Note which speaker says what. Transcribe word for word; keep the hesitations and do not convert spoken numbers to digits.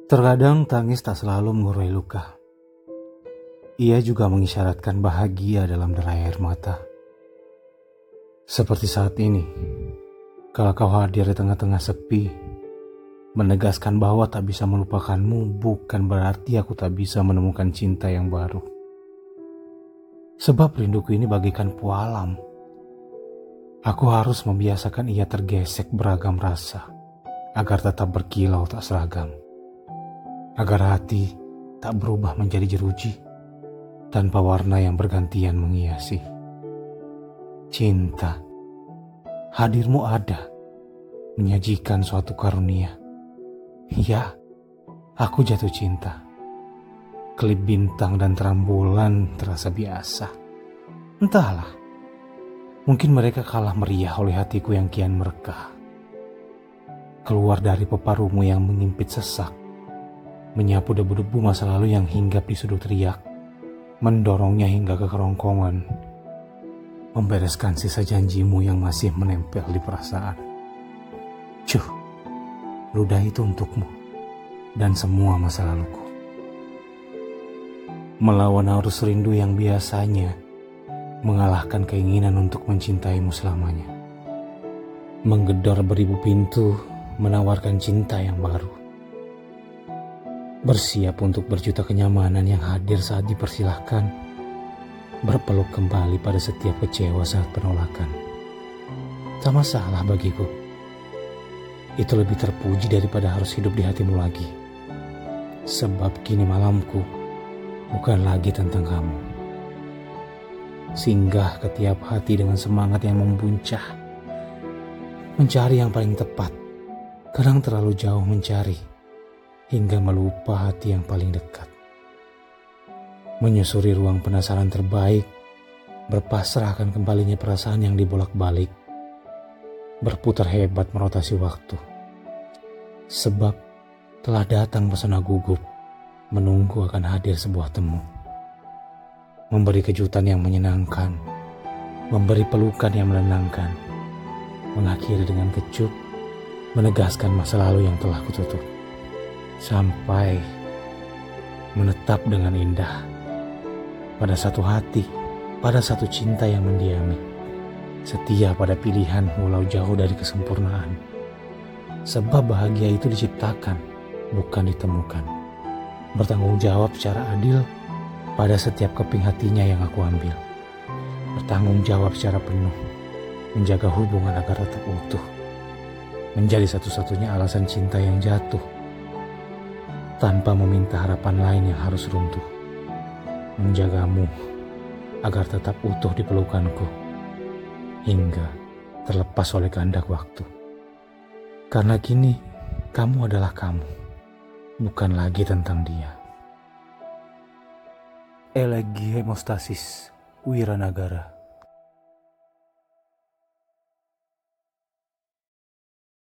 Speaker 1: Terkadang tangis tak selalu mengurai luka. Ia juga mengisyaratkan bahagia dalam derai air mata. Seperti saat ini, kalau kau hadir di tengah-tengah sepi, menegaskan bahwa tak bisa melupakanmu bukan berarti aku tak bisa menemukan cinta yang baru. Sebab rinduku ini bagaikan pualam. Aku harus membiasakan ia tergesek beragam rasa, agar tetap berkilau tak seragam. Agar hati tak berubah menjadi jeruji, tanpa warna yang bergantian menghiasi. Cinta, hadirmu ada, menyajikan suatu karunia. Ya, aku jatuh cinta. Kelip bintang dan terang bulan terasa biasa. Entahlah, mungkin mereka kalah meriah oleh hatiku yang kian merekah. Keluar dari peparumu yang mengimpit sesak, menyapu debu-debu masa lalu yang hinggap di sudut riak, mendorongnya hingga ke kerongkongan, membereskan sisa janjimu yang masih menempel di perasaan. Cuh, ludah itu untukmu dan semua masa laluku. Melawan arus rindu yang biasanya mengalahkan keinginan untuk mencintaimu selamanya. Menggedor beribu pintu, menawarkan cinta yang baru. Bersiap untuk berjuta kenyamanan yang hadir saat dipersilahkan. Berpeluk kembali pada setiap kecewa saat penolakan. Tak masalah bagiku. Itu lebih terpuji daripada harus hidup di hatimu lagi. Sebab kini malamku bukan lagi tentang kamu. Singgah ke tiap hati dengan semangat yang membuncah. Mencari yang paling tepat. Kadang terlalu jauh mencari, hingga melupa hati yang paling dekat. Menyusuri ruang penasaran terbaik, berpasrah akan kembalinya perasaan yang dibolak-balik, berputar hebat merotasi waktu. Sebab telah datang pesona gugup, menunggu akan hadir sebuah temu. Memberi kejutan yang menyenangkan, memberi pelukan yang menenangkan, mengakhiri dengan kecup, menegaskan masa lalu yang telah kututup. Sampai menetap dengan indah pada satu hati, pada satu cinta yang mendiami, setia pada pilihan walau jauh dari kesempurnaan. Sebab bahagia itu diciptakan, bukan ditemukan. Bertanggung jawab secara adil pada setiap keping hatinya yang aku ambil. Bertanggung jawab secara penuh, menjaga hubungan agar tetap utuh. Menjadi satu-satunya alasan cinta yang jatuh, tanpa meminta harapan lain yang harus runtuh. Menjagamu agar tetap utuh di pelukanku, hingga terlepas oleh kehendak waktu. Karena kini kamu adalah kamu, bukan lagi tentang dia. Elegi Hemostasis Wiranagara.